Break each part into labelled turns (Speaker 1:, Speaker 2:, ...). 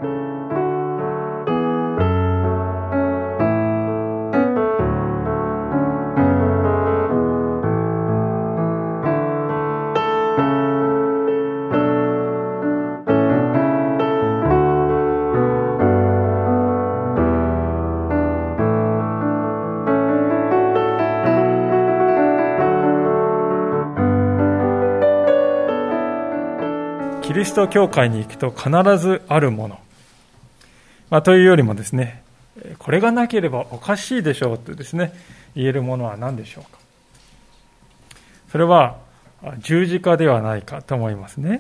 Speaker 1: キリスト教会に行くと必ずあるもの、というよりもですね、これがなければおかしいでしょうとですね、言えるものは何でしょうか。それは十字架ではないかと思いますね。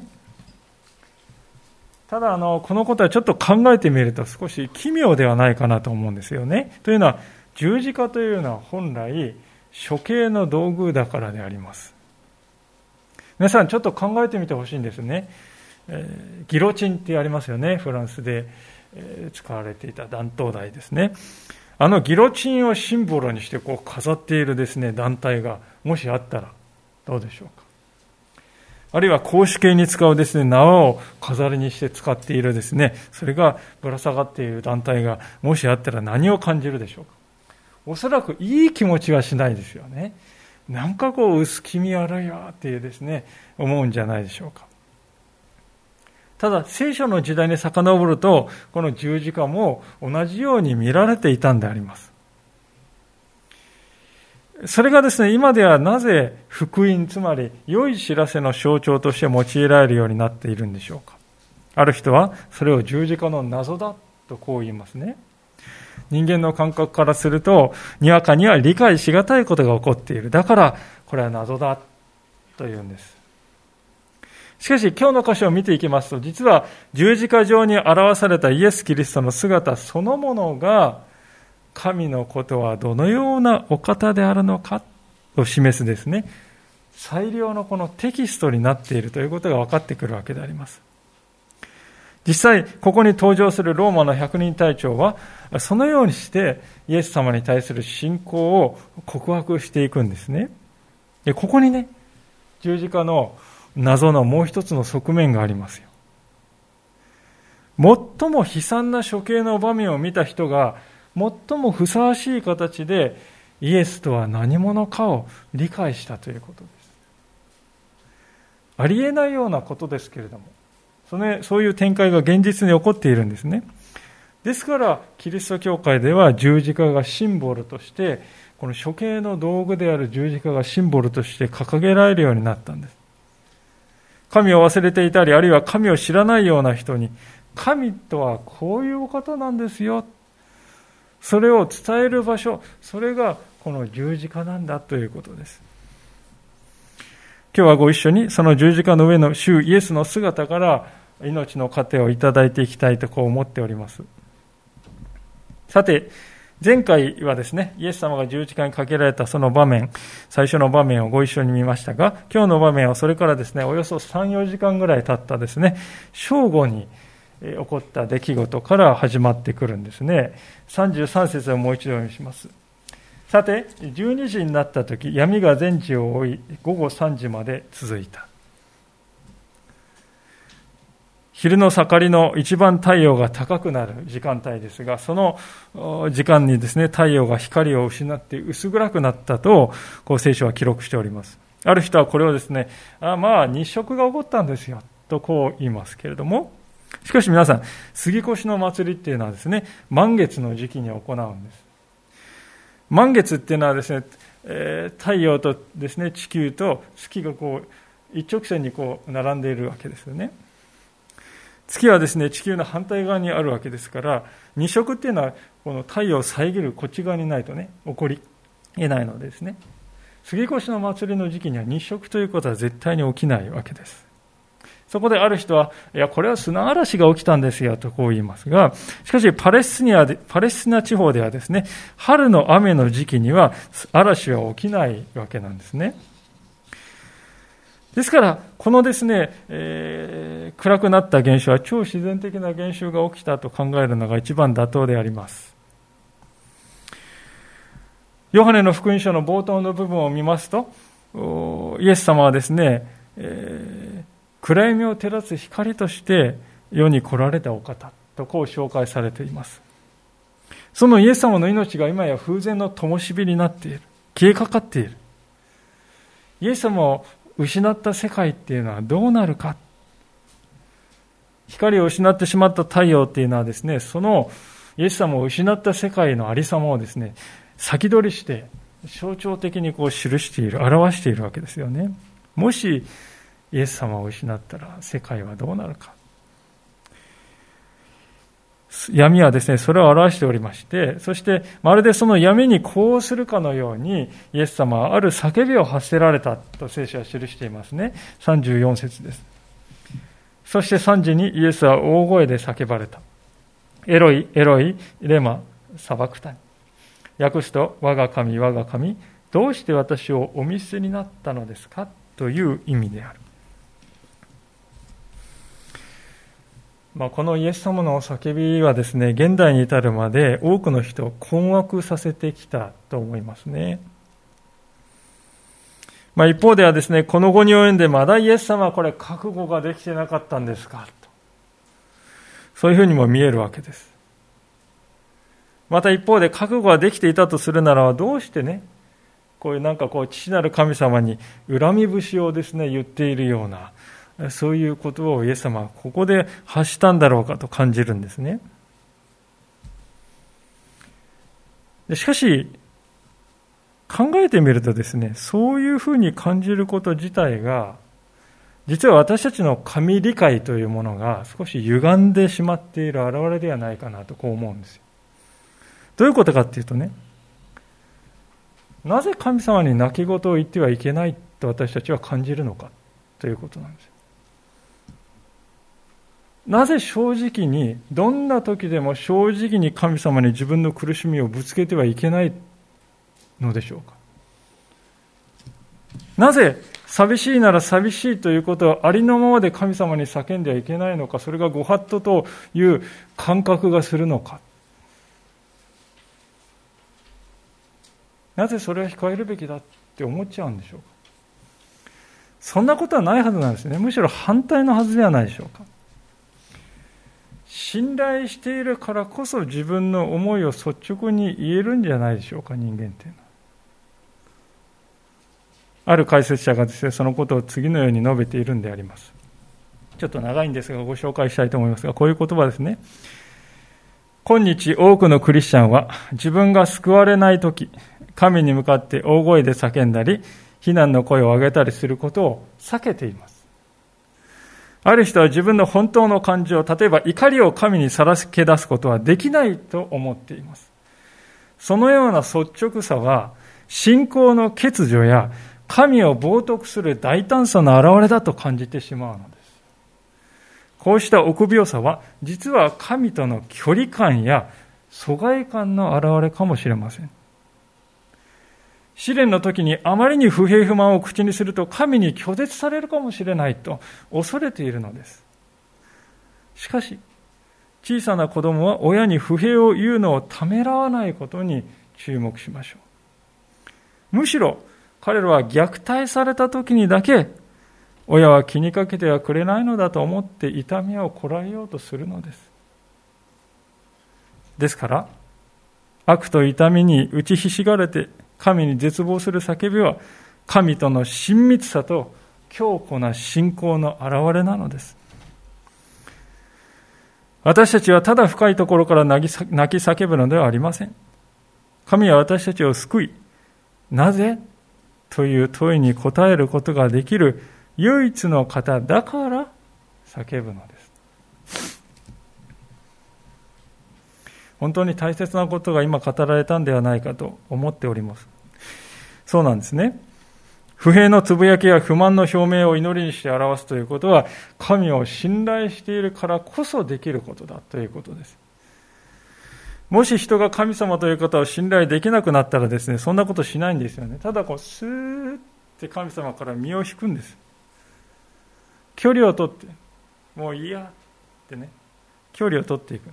Speaker 1: ただこのことはちょっと考えてみると少し奇妙ではないかなと思うんですよね。というのは、十字架というのは本来処刑の道具だからであります。皆さんちょっと考えてみてほしいんですね。ギロチンってありますよね。フランスで使われていた断頭台ですね。ギロチンをシンボルにして飾っているですね、団体がもしあったらどうでしょうか。あるいは絞首刑に使うですね、縄を飾りにして使っているですね、それがぶら下がっている団体がもしあったら何を感じるでしょうか。おそらくいい気持ちはしないですよね。なんか薄気味悪いわっていうですね、思うんじゃないでしょうか。ただ聖書の時代に遡ると、この十字架も同じように見られていたんであります。それがですね、今ではなぜ福音、つまり良い知らせの象徴として用いられるようになっているんでしょうか。ある人はそれを十字架の謎だとこう言いますね。人間の感覚からすると、にわかには理解しがたいことが起こっている。だからこれは謎だというんです。しかし今日の箇所を見ていきますと、実は十字架上に表されたイエス・キリストの姿そのものが、神のことはどのようなお方であるのかを示すですね、最良のこのテキストになっているということが分かってくるわけであります。実際ここに登場するローマの百人隊長はそのようにしてイエス様に対する信仰を告白していくんですね。でここにね、十字架の謎のもう一つの側面がありますよ。最も悲惨な処刑の場面を見た人が最もふさわしい形でイエスとは何者かを理解したということです。ありえないようなことですけれども、そういう展開が現実に起こっているんですね。ですからキリスト教会では十字架がシンボルとして、この処刑の道具である十字架がシンボルとして掲げられるようになったんです。神を忘れていたり、あるいは神を知らないような人に、神とはこういうお方なんですよ、それを伝える場所、それがこの十字架なんだということです。今日はご一緒にその十字架の上の主イエスの姿から命の糧をいただいていきたいと思っております。さて、前回はですね、イエス様が十字架にかけられたその場面、最初の場面をご一緒に見ましたが、今日の場面はそれからですね、およそ 3,4 時間ぐらい経ったですね、正午に起こった出来事から始まってくるんですね。33節をもう一度読みします。さて、12時になったとき、闇が全地を覆い、午後3時まで続いた。昼の盛りの一番太陽が高くなる時間帯ですが、その時間にですね、太陽が光を失って薄暗くなったと、聖書は記録しております。ある人はこれをですね、日食が起こったんですよ、と言いますけれども、しかし皆さん、杉越の祭りっていうのはですね、満月の時期に行うんです。満月っていうのはですね、太陽とですね、地球と月が一直線に並んでいるわけですよね。月はですね、地球の反対側にあるわけですから、日食っていうのはこの太陽を遮るこっち側にないとね、起こり得ないのでですね、杉越の祭りの時期には日食ということは絶対に起きないわけです。そこである人は、いや、これは砂嵐が起きたんですよと言いますが、しかしパレスチナ地方ではですね、春の雨の時期には嵐は起きないわけなんですね。ですから、このですね、暗くなった現象は超自然的な現象が起きたと考えるのが一番妥当であります。ヨハネの福音書の冒頭の部分を見ますと、イエス様はですね、暗闇を照らす光として世に来られたお方とこう紹介されています。そのイエス様の命が今や風前の灯火になっている。消えかかっている。イエス様を失った世界っていうのはどうなるか。光を失ってしまった太陽っていうのはですね、そのイエス様を失った世界のありさまをですね、先取りして象徴的にこう記している、表しているわけですよね。もしイエス様を失ったら世界はどうなるか。闇はですね、それを表しておりまして、そしてまるでその闇に呼応するかのように、イエス様はある叫びを発せられたと聖書は記していますね。34節です。そして3時にイエスは大声で叫ばれた。エロイ、エロイ、レマ、サバクタニ。訳すと、我が神、我が神、どうして私をお見捨てになったのですかという意味である。このイエス様の叫びはですね、現代に至るまで多くの人を困惑させてきたと思いますね。一方ではですね、この後に及んでまだイエス様はこれ覚悟ができてなかったんですかと。そういうふうにも見えるわけです。また一方で覚悟ができていたとするならどうしてね、こういう父なる神様に恨み節をですね、言っているような、そういう言葉をイエス様はここで発したんだろうかと感じるんですね。しかし、考えてみるとですね、そういうふうに感じること自体が、実は私たちの神理解というものが少し歪んでしまっている現れではないかなとこう思うんですよ。どういうことかっていうとね、なぜ神様に泣き言を言ってはいけないと私たちは感じるのかということなんですよ。なぜ正直に、どんな時でも正直に神様に自分の苦しみをぶつけてはいけないのでしょうか。なぜ寂しいなら寂しいということはありのままで神様に叫んではいけないのか、それがご法度という感覚がするのか。なぜそれは控えるべきだって思っちゃうんでしょうか。そんなことはないはずなんですね。むしろ反対のはずではないでしょうか。信頼しているからこそ自分の思いを率直に言えるんじゃないでしょうか、人間っていうのは。ある解説者がですね、そのことを次のように述べているんであります。ちょっと長いんですがご紹介したいと思いますが、こういう言葉ですね。今日多くのクリスチャンは自分が救われないとき、神に向かって大声で叫んだり、非難の声を上げたりすることを避けています。ある人は自分の本当の感情、例えば怒りを神にさらけ出すことはできないと思っています。そのような率直さは、信仰の欠如や神を冒涜する大胆さの表れだと感じてしまうのです。こうした臆病さは、実は神との距離感や疎外感の表れかもしれません。試練の時にあまりに不平不満を口にすると神に拒絶されるかもしれないと恐れているのです。しかし、小さな子供は親に不平を言うのをためらわないことに注目しましょう。むしろ彼らは虐待された時にだけ親は気にかけてはくれないのだと思って痛みをこらえようとするのです。ですから、悪と痛みに打ちひしがれて神に絶望する叫びは、神との親密さと強固な信仰の表れなのです。私たちはただ深いところから泣き叫ぶのではありません。神は私たちを救い、なぜという問いに答えることができる唯一の方だから叫ぶのです。本当に大切なことが今語られたんではないかと思っております。そうなんですね。不平のつぶやきや不満の表明を祈りにして表すということは、神を信頼しているからこそできることだということです。もし人が神様という方を信頼できなくなったらですね、そんなことしないんですよね。ただスーッて神様から身を引くんです。距離を取って、もういいやってね、距離を取っていく。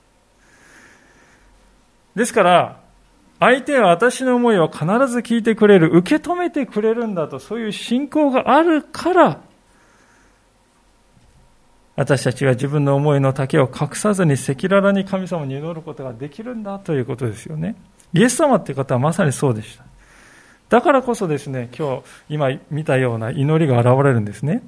Speaker 1: ですから、相手は私の思いを必ず聞いてくれる、受け止めてくれるんだと、そういう信仰があるから、 私たちが自分の思いの丈を隠さずに赤裸々に神様に祈ることができるんだということですよね。イエス様という方はまさにそうでした。だからこそですね、今見たような祈りが現れるんですね。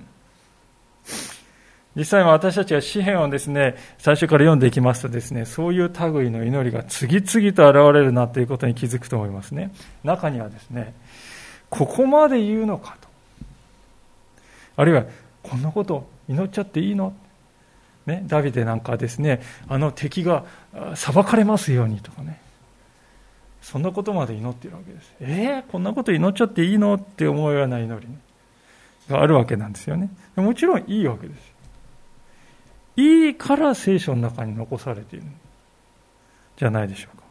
Speaker 1: 実際は私たちが詩篇をですね、最初から読んでいきますとですね、そういう類の祈りが次々と現れるなということに気づくと思いますね。中にはですね、ここまで言うのかと。あるいは、こんなこと祈っちゃっていいの？ね、ダビデなんかですね、敵が裁かれますようにとかね。そんなことまで祈っているわけです。こんなこと祈っちゃっていいのって思うような祈りがあるわけなんですよね。もちろんいいわけです。いいから聖書の中に残されているじゃないでしょうか。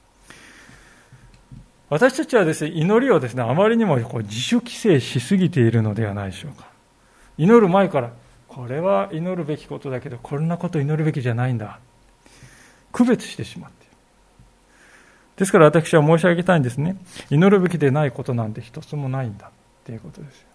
Speaker 1: 私たちはですね、祈りをですね、あまりにも自主規制しすぎているのではないでしょうか。祈る前から、これは祈るべきことだけど、こんなこと祈るべきじゃないんだ。区別してしまっている。ですから私は申し上げたいんですね。祈るべきでないことなんて一つもないんだっていうことですよ。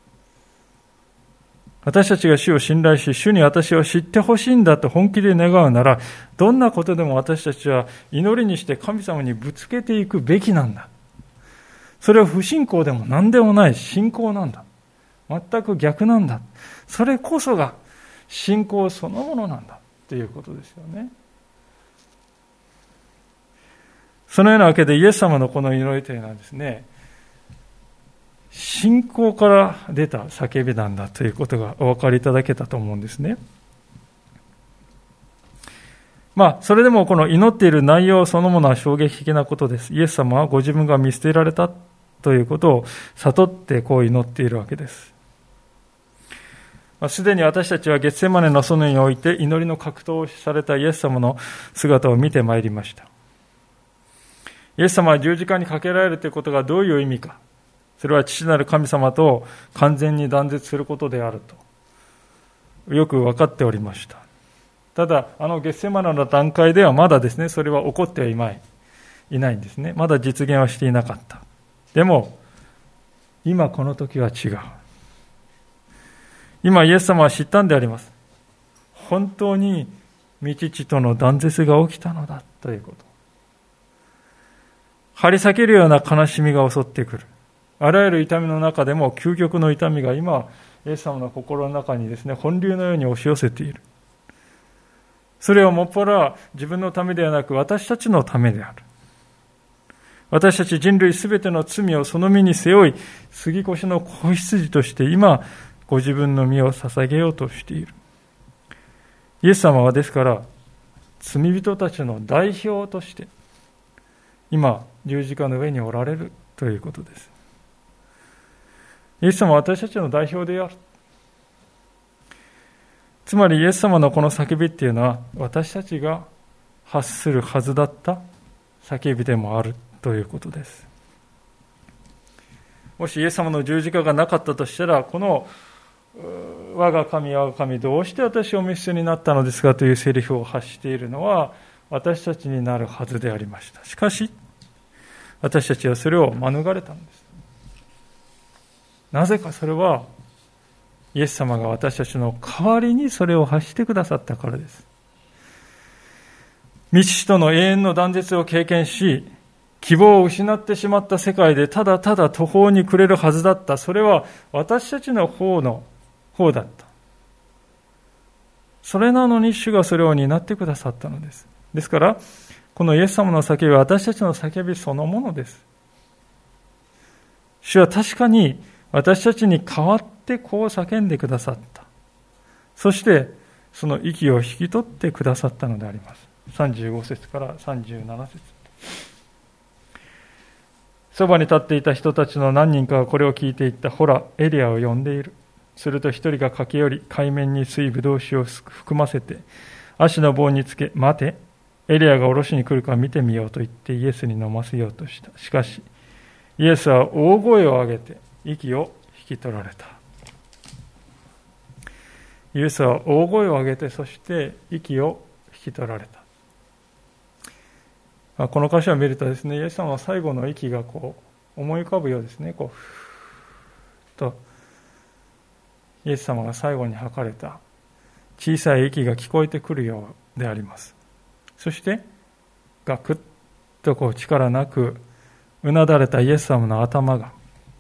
Speaker 1: 私たちが主を信頼し、主に私を知ってほしいんだと本気で願うなら、どんなことでも私たちは祈りにして神様にぶつけていくべきなんだ。それは不信仰でも何でもない信仰なんだ。全く逆なんだ。それこそが信仰そのものなんだということですよね。そのようなわけでイエス様のこの祈りというのはですね、信仰から出た叫びなんだということがお分かりいただけたと思うんですね。それでもこの祈っている内容そのものは衝撃的なことです。イエス様はご自分が見捨てられたということを悟ってこう祈っているわけです。すでに私たちはゲッセマネの園において祈りの格闘をされたイエス様の姿を見てまいりました。イエス様は十字架にかけられるということがどういう意味か。それは父なる神様と完全に断絶することであるとよく分かっておりました。ただゲッセマネの段階ではまだですね、それは起こってはいないんですね。まだ実現はしていなかった。でも今この時は違う。今イエス様は知ったんであります。本当に御父との断絶が起きたのだということ。張り裂けるような悲しみが襲ってくる。あらゆる痛みの中でも究極の痛みが今イエス様の心の中にですね、本流のように押し寄せている。それはもっぱら自分のためではなく私たちのためである。私たち人類すべての罪をその身に背負い、杉越の子羊として今ご自分の身を捧げようとしている。イエス様はですから罪人たちの代表として今十字架の上におられるということです。イエス様は私たちの代表である。つまりイエス様のこの叫びっていうのは私たちが発するはずだった叫びでもあるということです。もしイエス様の十字架がなかったとしたら、この我が神どうして私をお見捨てになったのですかというセリフを発しているのは私たちになるはずでありました。しかし私たちはそれを免れたんです。なぜかそれはイエス様が私たちの代わりにそれを発してくださったからです。未知との永遠の断絶を経験し、希望を失ってしまった世界でただただ途方に暮れるはずだった。それは私たちの方だった。それなのに主がそれを担ってくださったのです。ですから、このイエス様の叫びは私たちの叫びそのものです。主は確かに私たちに代わってこう叫んでくださった。そしてその息を引き取ってくださったのであります。35節から37節。そばに立っていた人たちの何人かがこれを聞いていった。ほら、エリアを呼んでいる。すると一人が駆け寄り、海面に水ぶどう酒を含ませて、足の棒につけ、待て、エリアが下ろしに来るか見てみようと言ってイエスに飲ませようとした。しかし、イエスは大声を上げて息を引き取られた。イエスは大声を上げて、そして息を引き取られた。この箇所を見るとですね、イエス様は最後の息が思い浮かぶようですね。ふーっとイエス様が最後に吐かれた小さい息が聞こえてくるようであります。そしてガクッと力なくうなだれたイエス様の頭が、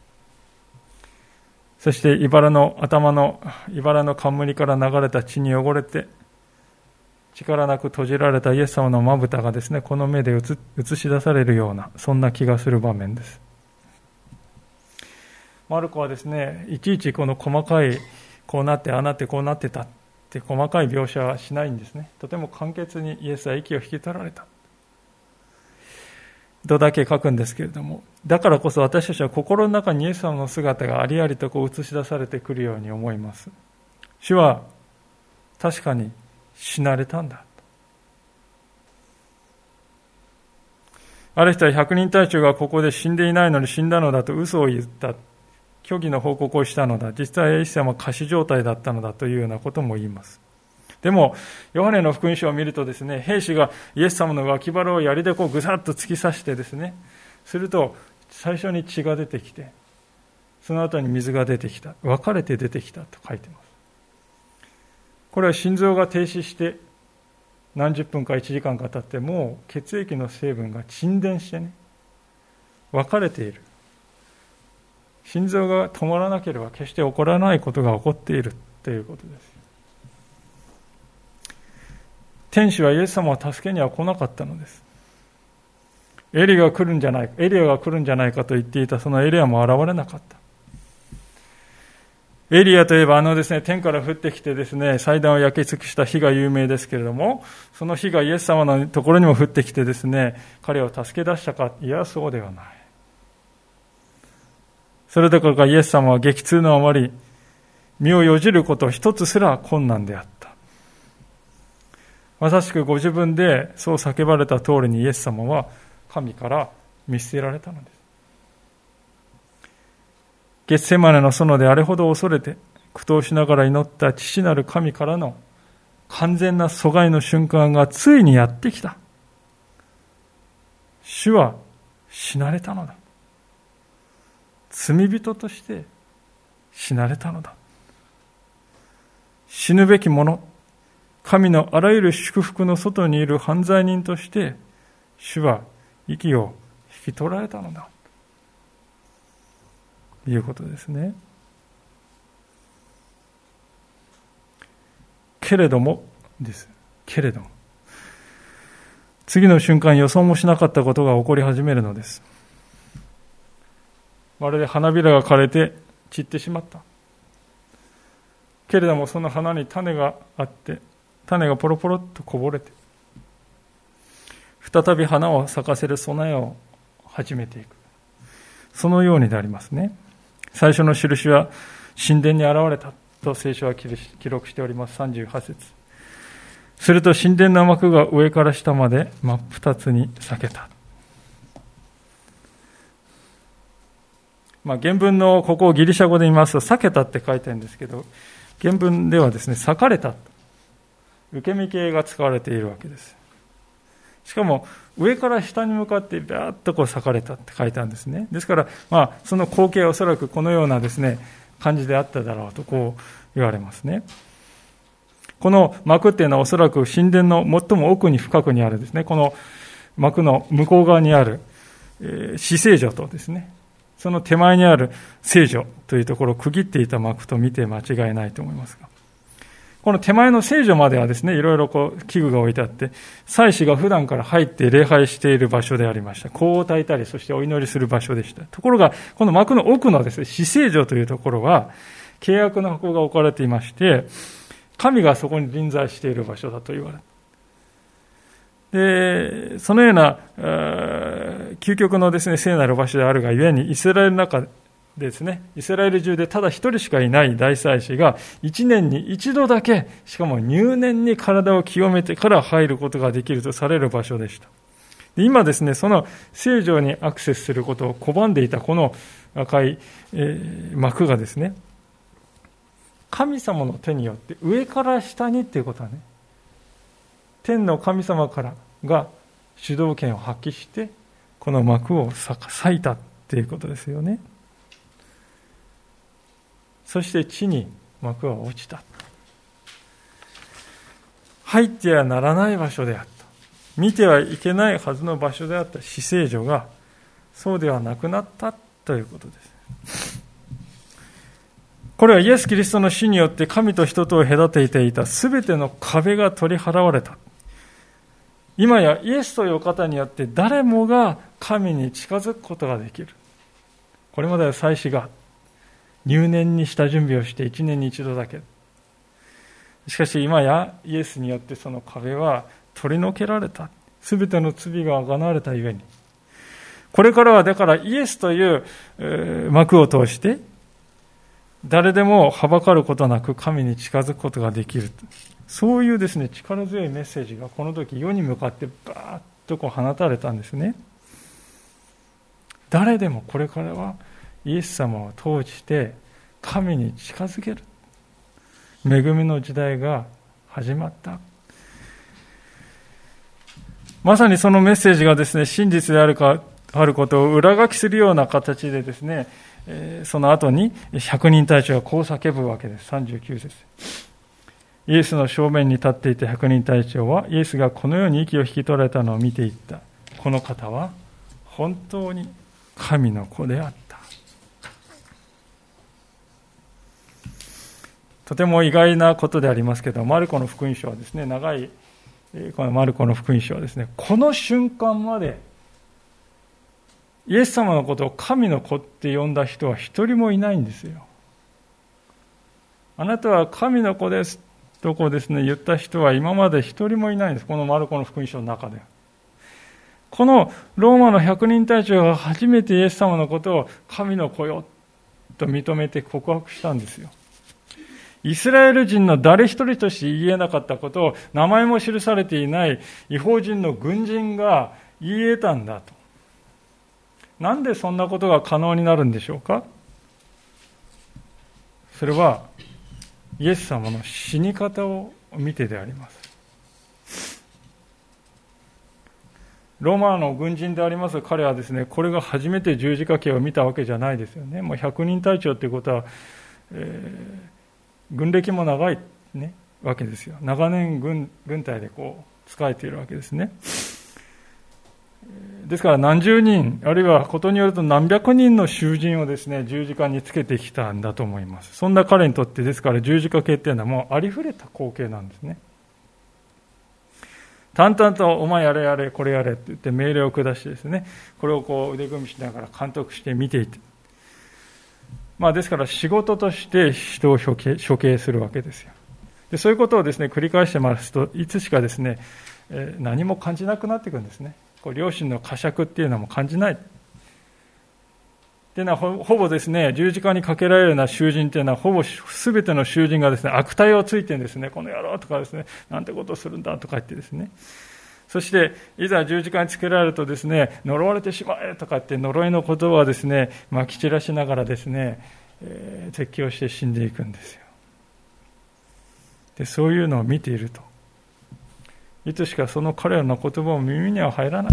Speaker 1: そして茨の冠から流れた血に汚れて力なく閉じられたイエス様のまぶたがですね、この目で映し出されるような、そんな気がする場面です。マルコはですね、いちいちこの細かい、こうなってああなってこうなってたって細かい描写はしないんですね。とても簡潔にイエスは息を引き取られたとだけ書くんですけれども、だからこそ私たちは心の中にイエス様の姿がありありと映し出されてくるように思います。主は確かに死なれたんだ。ある人は百人隊長がここで死んでいないのに死んだのだと嘘を言った。虚偽の報告をしたのだ。実際イエス様は仮死状態だったのだというようなことも言います。でも、ヨハネの福音書を見るとですね、兵士がイエス様の脇腹を槍でぐさっと突き刺してですね、すると最初に血が出てきて、その後に水が出てきた。分かれて出てきたと書いています。これは心臓が停止して何十分か1時間か経ってもう血液の成分が沈殿してね、分かれている。心臓が止まらなければ決して起こらないことが起こっているということです。天使はイエス様を助けには来なかったのです。エリアが来るんじゃないかと言っていたそのエリアも現れなかった。エリアといえばですね、天から降ってきてですね、祭壇を焼き尽くした火が有名ですけれども、その火がイエス様のところにも降ってきてですね、彼を助け出したか、いやそうではない。それどころかイエス様は激痛のあまり身をよじること一つすら困難であった。まさしくご自分でそう叫ばれた通りにイエス様は神から見捨てられたのです。ゲッセマネの園であれほど恐れて苦闘しながら祈った父なる神からの完全な阻害の瞬間がついにやってきた。主は死なれたのだ。罪人として死なれたのだ。死ぬべき者、神のあらゆる祝福の外にいる犯罪人として主は息を引き取られたのだということですね。けれどもです。けれども次の瞬間、予想もしなかったことが起こり始めるのです。まるで花びらが枯れて散ってしまった。けれどもその花に種があって、種がポロポロっとこぼれて、再び花を咲かせる備えを始めていく。そのようにでありますね。最初の印は神殿に現れたと聖書は記録しております。38節。すると神殿の幕が上から下まで真っ二つに裂けた。原文のここをギリシャ語で言いますと裂けたって書いてあるんですけど、原文ではですね、裂かれた、受け身形が使われているわけです。しかも上から下に向かってバーッと裂かれたって書いてあるんですね。ですからその光景はおそらくこのようなですね感じであっただろうとこう言われますね。この幕っていうのはおそらく神殿の最も奥に深くにあるですね、この幕の向こう側にある至聖所とですね、その手前にある聖所というところを区切っていた幕と見て間違いないと思いますが、この手前の聖所まではですね、いろいろ器具が置いてあって、祭司が普段から入って礼拝している場所でありました。香を焚いたり、そしてお祈りする場所でした。ところが、この幕の奥のですね、至聖所というところは、契約の箱が置かれていまして、神がそこに臨在している場所だと言われる。で、そのような究極のですね、聖なる場所であるがゆえに、イスラエルの中ですね、イスラエル中でただ一人しかいない大祭司が一年に一度だけ、しかも入念に体を清めてから入ることができるとされる場所でした。で今ですね、その聖所にアクセスすることを拒んでいたこの赤い、幕がですね、神様の手によって上から下にっていうことはね、天の神様からが主導権を発揮してこの幕を裂いたっていうことですよね。そして地に幕は落ちた。 入ってはならない場所であった。見てはいけないはずの場所であった至聖所が、そうではなくなったということです。これはイエス・キリストの死によって神と人とを隔てていたすべての壁が取り払われた。今やイエスという方によって誰もが神に近づくことができる。これまでは祭司が入念にした準備をして1年に一度だけ。しかし今やイエスによってその壁は取り除けられた。すべての罪が贖われたゆえに。これからはだからイエスという幕を通して誰でもはばかることなく神に近づくことができる。そういうですね、力強いメッセージがこの時世に向かってバーッと放たれたんですね。誰でもこれからはイエス様を通して神に近づける。恵みの時代が始まった。まさにそのメッセージがですね、真実であることを裏書きするような形でですね、その後に百人隊長がこう叫ぶわけです。39節。イエスの正面に立っていた百人隊長は、イエスがこのように息を引き取られたのを見ていった。この方は本当に神の子であった。とても意外なことでありますけど、マルコの福音書はですね、長いこのマルコの福音書はですね、この瞬間までイエス様のことを神の子って呼んだ人は一人もいないんですよ。あなたは神の子ですとこうですね、言った人は今まで一人もいないんです。このマルコの福音書の中で。このローマの百人隊長が初めてイエス様のことを神の子よと認めて告白したんですよ。イスラエル人の誰一人として言えなかったことを、名前も記されていない異邦人の軍人が言い得たんだと。なんでそんなことが可能になるんでしょうか。それはイエス様の死に方を見てであります。ローマの軍人であります彼はですね、これが初めて十字架刑を見たわけじゃないですよね。もう百人隊長ということは、軍歴も長い、ね、わけですよ。長年軍隊で仕えているわけですね。ですから何十人、あるいはことによると何百人の囚人をですね、十字架につけてきたんだと思います。そんな彼にとってですから十字架刑っていうのはもうありふれた光景なんですね。淡々とお前やれやれこれやれって言って命令を下してですね、これを腕組みしながら監督して見ていて、ですから仕事として人を処刑するわけですよ。でそういうことをですね繰り返してますと、いつしかですね、何も感じなくなっていくんですね。良心の呵責っていうのも感じない。っていうのはほぼですね、十字架にかけられるような囚人っていうのはほぼ全ての囚人がですね、悪態をついてですね、この野郎とかですね、なんてことをするんだとか言ってですね、そしていざ十字架につけられるとですね、呪われてしまえとかって呪いの言葉をですね、まき散らしながらですね、絶叫して死んでいくんですよ。でそういうのを見ていると、いつしかその彼らの言葉も耳には入らない。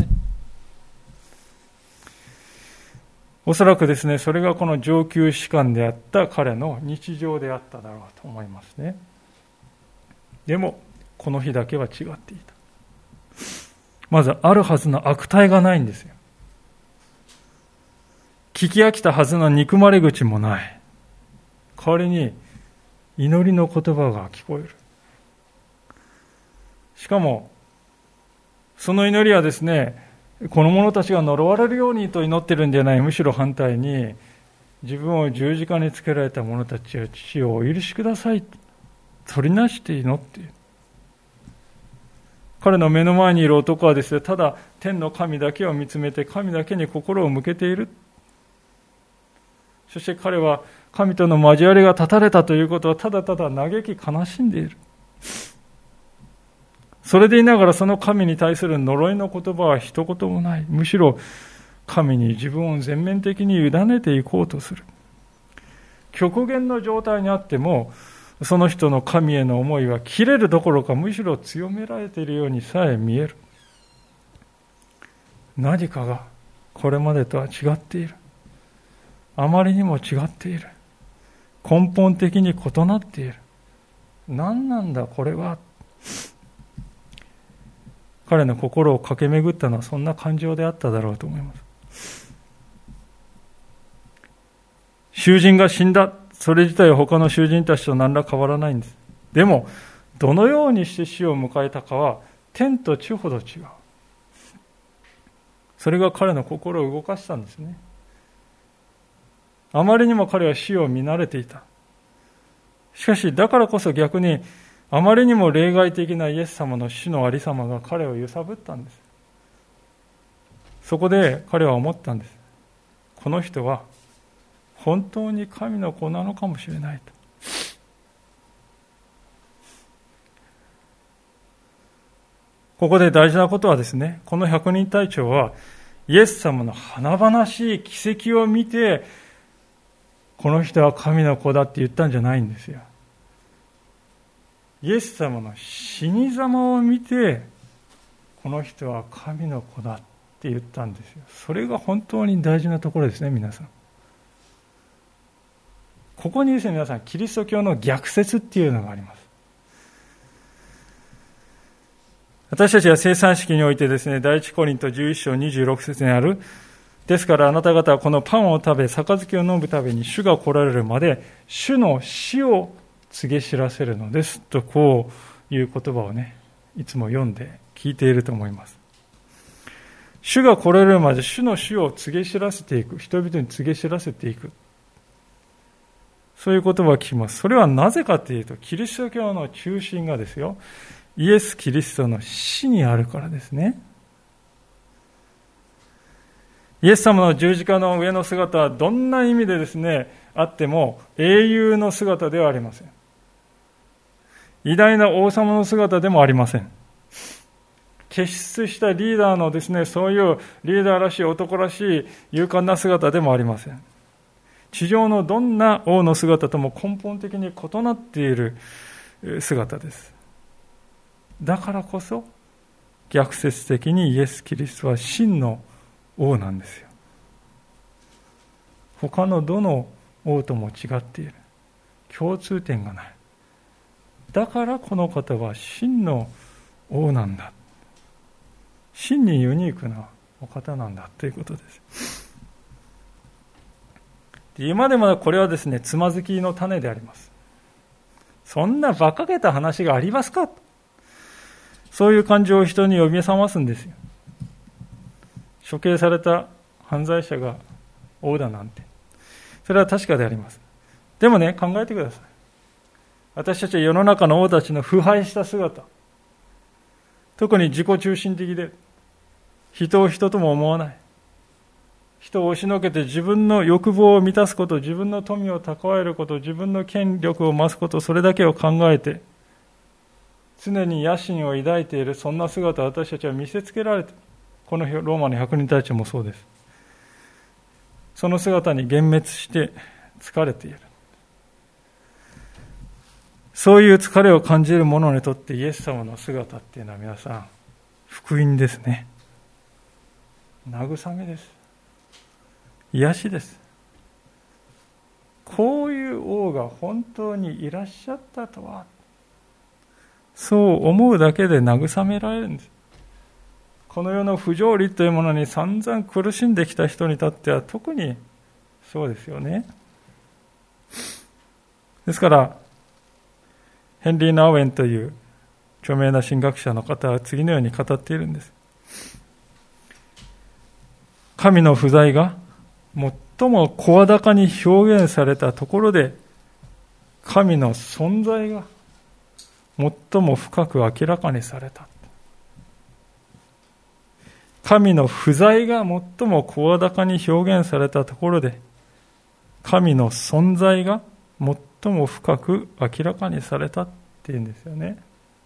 Speaker 1: おそらくですね、それがこの上級士官であった彼の日常であっただろうと思いますね。でもこの日だけは違っていた。まずあるはずの悪態がないんですよ。聞き飽きたはずの憎まれ口もない。代わりに祈りの言葉が聞こえる。しかもその祈りはですね、この者たちが呪われるようにと祈っているんじゃない、むしろ反対に自分を十字架につけられた者たちは父をお許しください、取りなして祈っている。彼の目の前にいる男はですね、ただ天の神だけを見つめて神だけに心を向けている。そして彼は神との交わりが断たれたということをただただ嘆き悲しんでいる。それでいながらその神に対する呪いの言葉は一言もない。むしろ神に自分を全面的に委ねていこうとする。極限の状態にあってもその人の神への思いは切れるどころかむしろ強められているようにさえ見える。何かがこれまでとは違っている。あまりにも違っている。根本的に異なっている。何なんだこれは。 彼の心を駆け巡ったのはそんな感情であっただろうと思います。囚人が死んだ。それ自体は他の囚人たちと何ら変わらないんです。でも、どのようにして死を迎えたかは天と地ほど違う。それが彼の心を動かしたんですね。あまりにも彼は死を見慣れていた。しかし、だからこそ逆に、あまりにも例外的なイエス様の死のありさまが彼を揺さぶったんです。そこで彼は思ったんです。この人は本当に神の子なのかもしれないと。ここで大事なことはですね、この百人隊長はイエス様の華々しい奇跡を見て、この人は神の子だって言ったんじゃないんですよ。イエス様の死に様を見て、この人は神の子だって言ったんですよ。それが本当に大事なところですね、皆さん。ここにですね、皆さん、キリスト教の逆説っていうのがあります。私たちは聖餐式においてですね、第一コリント11章26節にある、ですからあなた方はこのパンを食べ、杯を飲むたびに主が来られるまで、主の死を告げ知らせるのですと、こういう言葉をね、いつも読んで聞いていると思います。主が来られるまで主の死を告げ知らせていく、人々に告げ知らせていく、そういう言葉を聞きます。それはなぜかというと、キリスト教の中心がですよ、イエス・キリストの死にあるからですね。イエス様の十字架の上の姿はどんな意味でですね、あっても英雄の姿ではありません。偉大な王様の姿でもありません。傑出したリーダーのですね、そういうリーダーらしい男らしい勇敢な姿でもありません。地上のどんな王の姿とも根本的に異なっている姿です。だからこそ逆説的にイエス・キリストは真の王なんですよ。他のどの王とも違っている。共通点がない。だからこの方は真の王なんだ。真にユニークなお方なんだということです。今でもこれはですね、つまずきの種であります。そんな馬鹿げた話がありますか？そういう感情を人に呼び覚ますんですよ。処刑された犯罪者が王だなんて。それは確かであります。でもね、考えてください。私たちは世の中の王たちの腐敗した姿、特に自己中心的で、人を人とも思わない。人を押しのけて自分の欲望を満たすこと、自分の富を蓄えること、自分の権力を増すこと、それだけを考えて、常に野心を抱いている、そんな姿を私たちは見せつけられて、このローマの百人隊長もそうです。その姿に幻滅して疲れている。そういう疲れを感じる者にとってイエス様の姿っていうのは皆さん、福音ですね。慰めです。癒しです。こういう王が本当にいらっしゃったとは、そう思うだけで慰められるんです。この世の不条理というものに散々苦しんできた人にとっては特にそうですよね。ですからヘンリー・ナウェンという著名な神学者の方は次のように語っているんです。神の不在が最も声高に表現されたところで、神の存在が最も深く明らかにされた。神の不在が最も声高に表現されたところで、神の存在が最も深く明らかにされたっていうんですよね。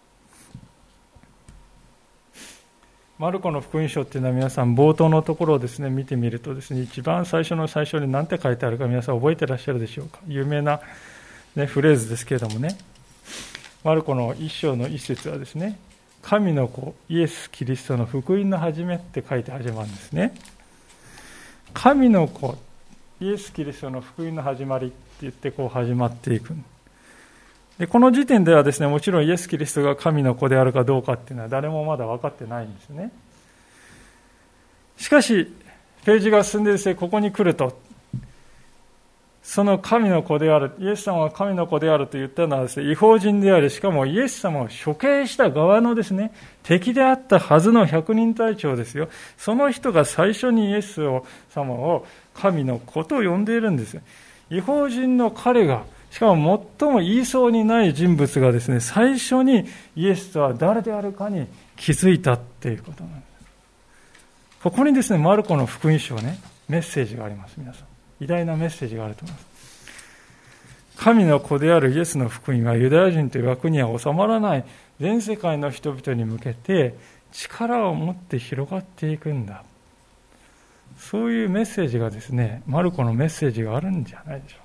Speaker 1: マルコの福音書っていうのは皆さん冒頭のところをですね見てみるとですね、一番最初の最初に何て書いてあるか皆さん覚えてらっしゃるでしょうか。有名な、フレーズですけれどもね、マルコの一章の一節はですね、神の子イエス・キリストの福音の始めって書いて始まるんですね。神の子イエス・キリストの福音の始まりって言ってこう始まっていく。 でこの時点ではですね、もちろんイエス・キリストが神の子であるかどうかっていうのは誰もまだ分かってないんですね。しかし、ページが進んでですね、ここに来ると、その神の子である、イエス様は神の子であると言ったのはですね、異邦人であり、しかもイエス様を処刑した側のですね、敵であったはずの百人隊長ですよ。その人が最初にイエス様を神の子と呼んでいるんですよ。異邦人の彼が、しかも最も言いそうにない人物がですね、最初にイエスとは誰であるかに気づいたっていうことなんです。ここにですね、マルコの福音書ね、メッセージがあります。皆さん、偉大なメッセージがあると思います。神の子であるイエスの福音はユダヤ人という枠には収まらない全世界の人々に向けて力を持って広がっていくんだ。そういうメッセージがですね、マルコのメッセージがあるんじゃないでしょうか。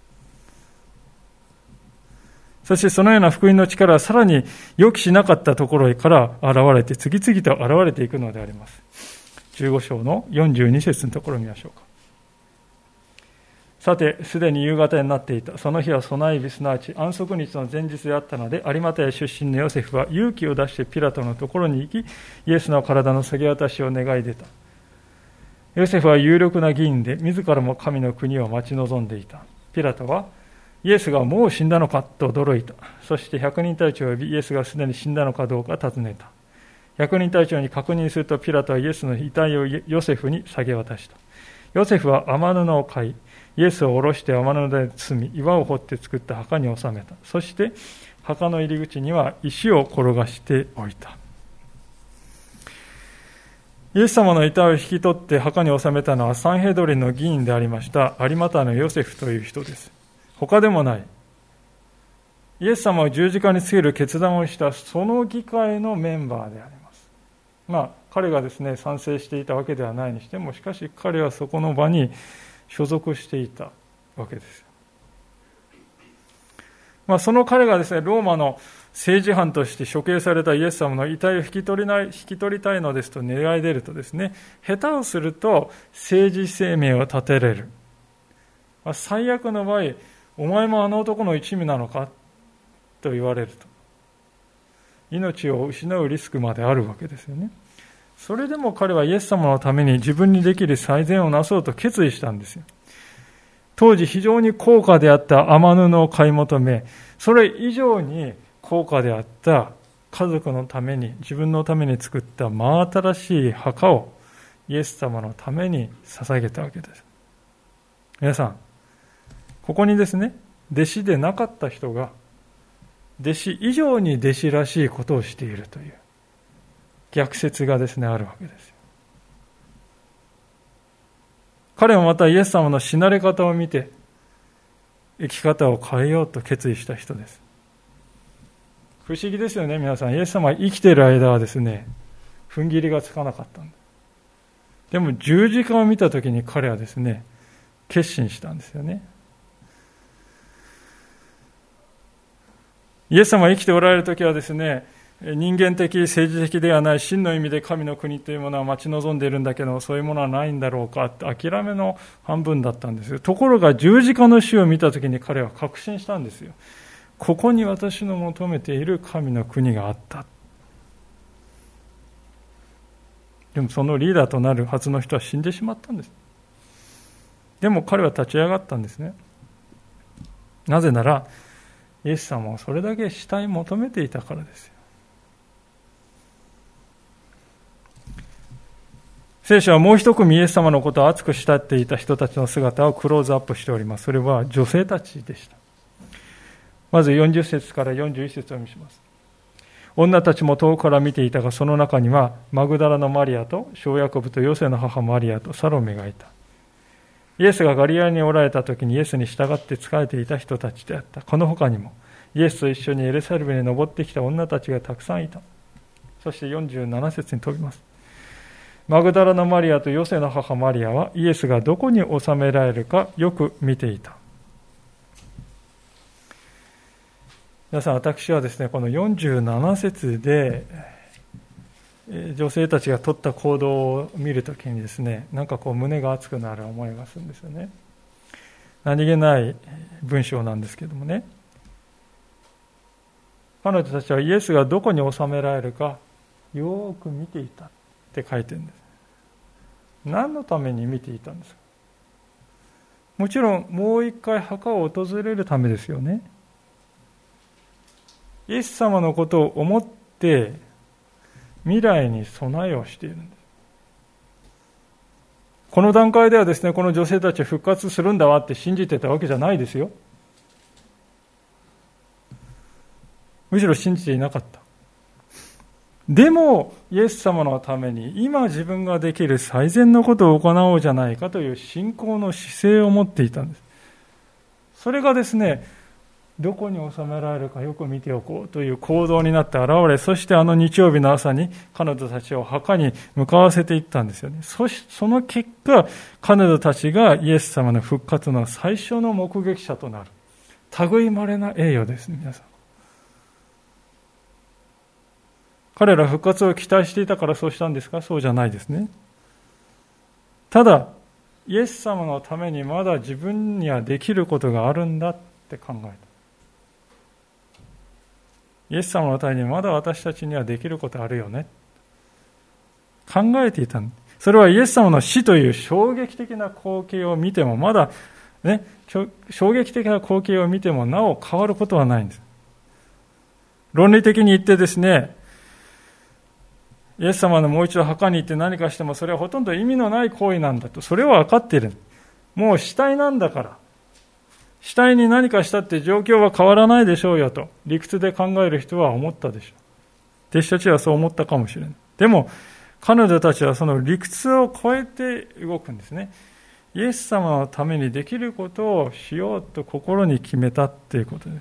Speaker 1: そしてそのような福音の力はさらに予期しなかったところから現れて、次々と現れていくのであります。15章の42節のところを見ましょうか。さて、すでに夕方になっていた。その日は備え日、すなわち安息日の前日であったので、有馬太出身のヨセフは勇気を出してピラトのところに行き、イエスの体の下げ渡しを願い出た。ヨセフは有力な議員で、自らも神の国を待ち望んでいた。ピラトは、イエスがもう死んだのかと驚いた。そして百人隊長を呼び、イエスがすでに死んだのかどうか尋ねた。百人隊長に確認すると、ピラトはイエスの遺体をヨセフに下げ渡した。ヨセフは雨布を買い、イエスを下ろして雨布で包み、岩を掘って作った墓に収めた。そして墓の入り口には石を転がしておいた。イエス様の遺体を引き取って墓に収めたのはサンヘドリンの議員でありました有馬太のヨセフという人です。他でもない。イエス様を十字架につける決断をしたその議会のメンバーであります。彼がですね、賛成していたわけではないにしても、しかし彼はそこの場に所属していたわけです。その彼がですね、ローマの政治犯として処刑されたイエス様の遺体を引き取りたいのですと願い出るとですね、下手をすると政治生命を立てれる。最悪の場合、お前もあの男の一味なのかと言われると、命を失うリスクまであるわけですよね。それでも彼はイエス様のために自分にできる最善をなそうと決意したんですよ。当時非常に高価であった雨布を買い求め、それ以上に高価であった家族のために、自分のために作った真新しい墓をイエス様のために捧げたわけです。皆さん、ここにですね、弟子でなかった人が弟子以上に弟子らしいことをしているという逆説がですね、あるわけですよ。彼もまたイエス様の死なれ方を見て生き方を変えようと決意した人です。不思議ですよね、皆さん。イエス様は生きている間はですね、踏ん切りがつかなかったんです。でも十字架を見たときに彼はですね、決心したんですよね。イエス様が生きておられるときはですね、人間的、政治的ではない真の意味で神の国というものは待ち望んでいるんだけど、そういうものはないんだろうかって諦めの半分だったんですよ。ところが十字架の死を見たときに彼は確信したんですよ。ここに私の求めている神の国があった。でもそのリーダーとなるはずの人は死んでしまったんです。でも彼は立ち上がったんですね。なぜならイエス様はそれだけ死体を求めていたからですよ。聖書はもう一組イエス様のことを熱く慕っていた人たちの姿をクローズアップしております。それは女性たちでした。まず40節から41節を見します。女たちも遠くから見ていたが、その中にはマグダラのマリアと小ヤコブとヨセの母マリアとサロメがいた。イエスがガリラヤにおられた時にイエスに従って仕えていた人たちであった。この他にもイエスと一緒にエルサレムに登ってきた女たちがたくさんいた。そして47節に飛びます。マグダラのマリアとヨセの母マリアはイエスがどこに収められるかよく見ていた。皆さん、私はですね、この47節で女性たちが取った行動を見るときにですね、なんか胸が熱くなる思いがするんですよね。何気ない文章なんですけどもね。 彼女たちはイエスがどこに収められるかよく見ていたって書いてるんです。何のために見ていたんですか？もちろんもう一回墓を訪れるためですよね。イエス様のことを思って未来に備えをしているんです。この段階ではですね、この女性たちは復活するんだわって信じてたわけじゃないですよ。むしろ信じていなかった。でもイエス様のために今自分ができる最善のことを行おうじゃないかという信仰の姿勢を持っていたんです。それがですね、どこに収められるかよく見ておこうという行動になって現れ、そして日曜日の朝に彼女たちを墓に向かわせていったんですよね。その結果、彼女たちがイエス様の復活の最初の目撃者となる。類いまれな栄誉ですね、皆さん。彼ら復活を期待していたからそうしたんですか？そうじゃないですね。ただ、イエス様のためにまだ自分にはできることがあるんだって考えた。イエス様のためにまだ私たちにはできることあるよね。考えていた。それはイエス様の死という衝撃的な光景を見ても、まだね、衝撃的な光景を見てもなお変わることはないんです。論理的に言ってですね、イエス様のもう一度墓に行って何かしてもそれはほとんど意味のない行為なんだと、それは分かっている。もう死体なんだから、死体に何かしたって状況は変わらないでしょうよと理屈で考える人は思ったでしょう。弟子たちはそう思ったかもしれない。でも彼女たちはその理屈を超えて動くんですね。イエス様のためにできることをしようと心に決めたということです。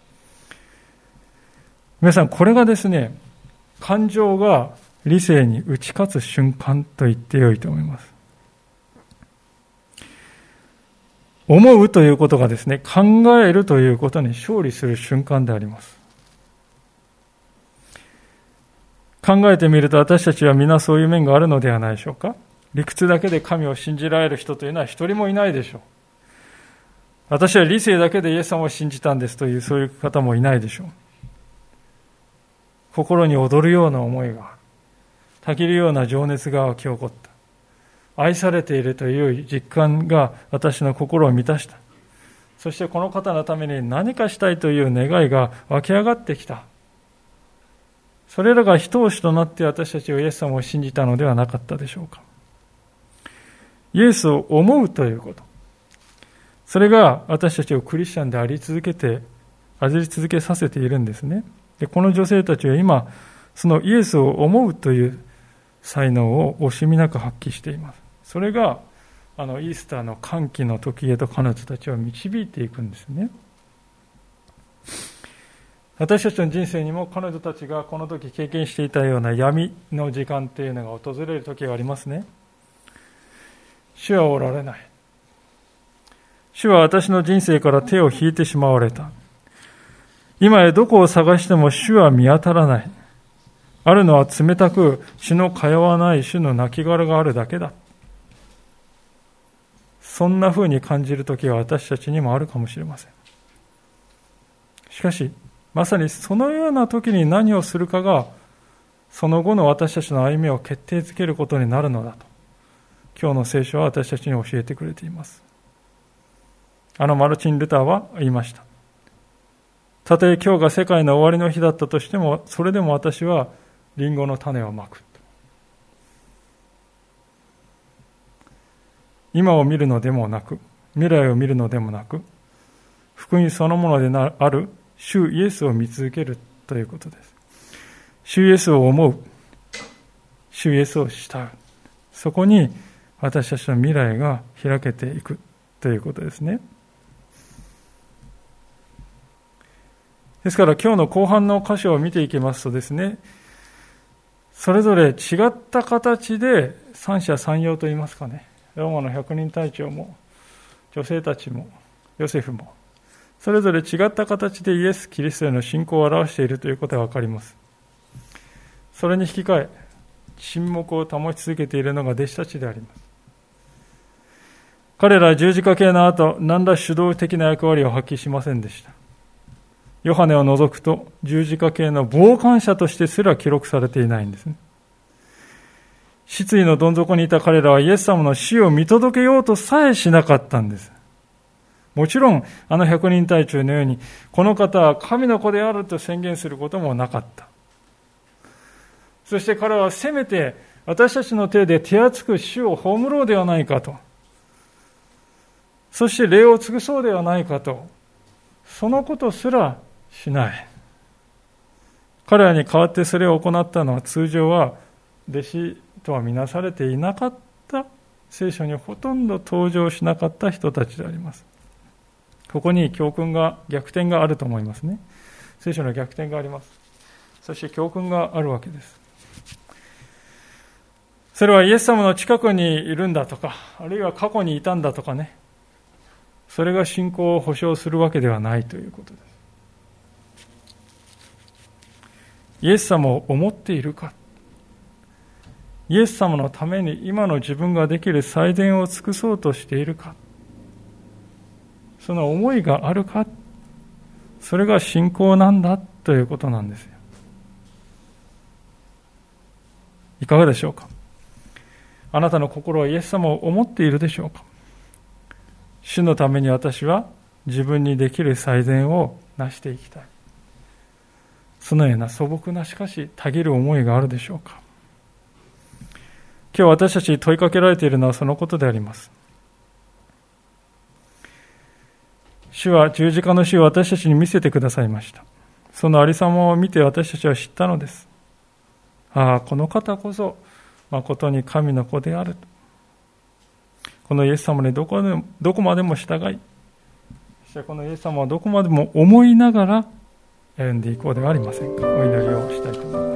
Speaker 1: 皆さん、これがですね、感情が理性に打ち勝つ瞬間と言ってよいと思います。思うということがですね、考えるということに勝利する瞬間であります。考えてみると私たちは皆そういう面があるのではないでしょうか。理屈だけで神を信じられる人というのは一人もいないでしょう。私は理性だけでイエス様を信じたんですというそういう方もいないでしょう。心に躍るような思いがある。たぎるような情熱が湧き起こった。愛されているという実感が私の心を満たした。そしてこの方のために何かしたいという願いが湧き上がってきた。それらが一押しとなって私たちはイエス様を信じたのではなかったでしょうか。イエスを思うということ。それが私たちをクリスチャンであり続けさせているんですね。で、この女性たちは今、そのイエスを思うという才能を惜しみなく発揮しています。それがイースターの歓喜の時へと彼女たちを導いていくんですね。私たちの人生にも彼女たちがこの時経験していたような闇の時間というのが訪れる時がありますね。主はおられない。主は私の人生から手を引いてしまわれた。今へどこを探しても主は見当たらない。あるのは冷たく血の通わない主の亡骸があるだけだ。そんな風に感じる時は私たちにもあるかもしれません。しかし、まさにそのような時に何をするかが、その後の私たちの歩みを決定づけることになるのだと、今日の聖書は私たちに教えてくれています。マルチン・ルターは言いました。たとえ今日が世界の終わりの日だったとしても、それでも私はリンゴの種をまく。今を見るのでもなく、未来を見るのでもなく、福音そのものである主イエスを見続けるということです。主イエスを思う。主イエスを慕う。そこに私たちの未来が開けていくということですね。ですから今日の後半の箇所を見ていきますとですね、それぞれ違った形で三者三様といいますかね、ローマの百人隊長も女性たちもヨセフもそれぞれ違った形でイエス・キリストへの信仰を表しているということがわかります。それに引き換え沈黙を保ち続けているのが弟子たちであります。彼らは十字架刑の後、何ら主導的な役割を発揮しませんでした。 ヨハネを除くと十字架系の傍観者としてすら記録されていないんですね。失意のどん底にいた彼らはイエス様の死を見届けようとさえしなかったんです。もちろんあの百人隊長のようにこの方は神の子であると宣言することもなかった。そして彼はせめて私たちの手で手厚く死を葬ろうではないかと、そして礼を尽くそうではないかと、そのことすらしない。彼らに代わってそれを行ったのは通常は弟子とは見なされていなかった、聖書にほとんど登場しなかった人たちであります。ここに教訓が、逆転があると思いますね。聖書の逆転があります。そして教訓があるわけです。それはイエス様の近くにいるんだとか、あるいは過去にいたんだとかね、それが信仰を保証するわけではないということです。イエス様を思っているか、イエス様のために今の自分ができる最善を尽くそうとしているか、その思いがあるか、それが信仰なんだということなんですよ。いかがでしょうか。あなたの心はイエス様を思っているでしょうか。主のために私は自分にできる最善を成していきたい。そのような素朴なしかしたぎる思いがあるでしょうか。今日私たちに問いかけられているのはそのことであります。主は十字架の死を私たちに見せてくださいました。そのありさまを見て私たちは知ったのです。ああ、この方こそ誠に神の子である。このイエス様にどこまでも従い、そしてこのイエス様をどこまでも思いながら歩んでいこうではありませんか。お祈りをしたいと思います。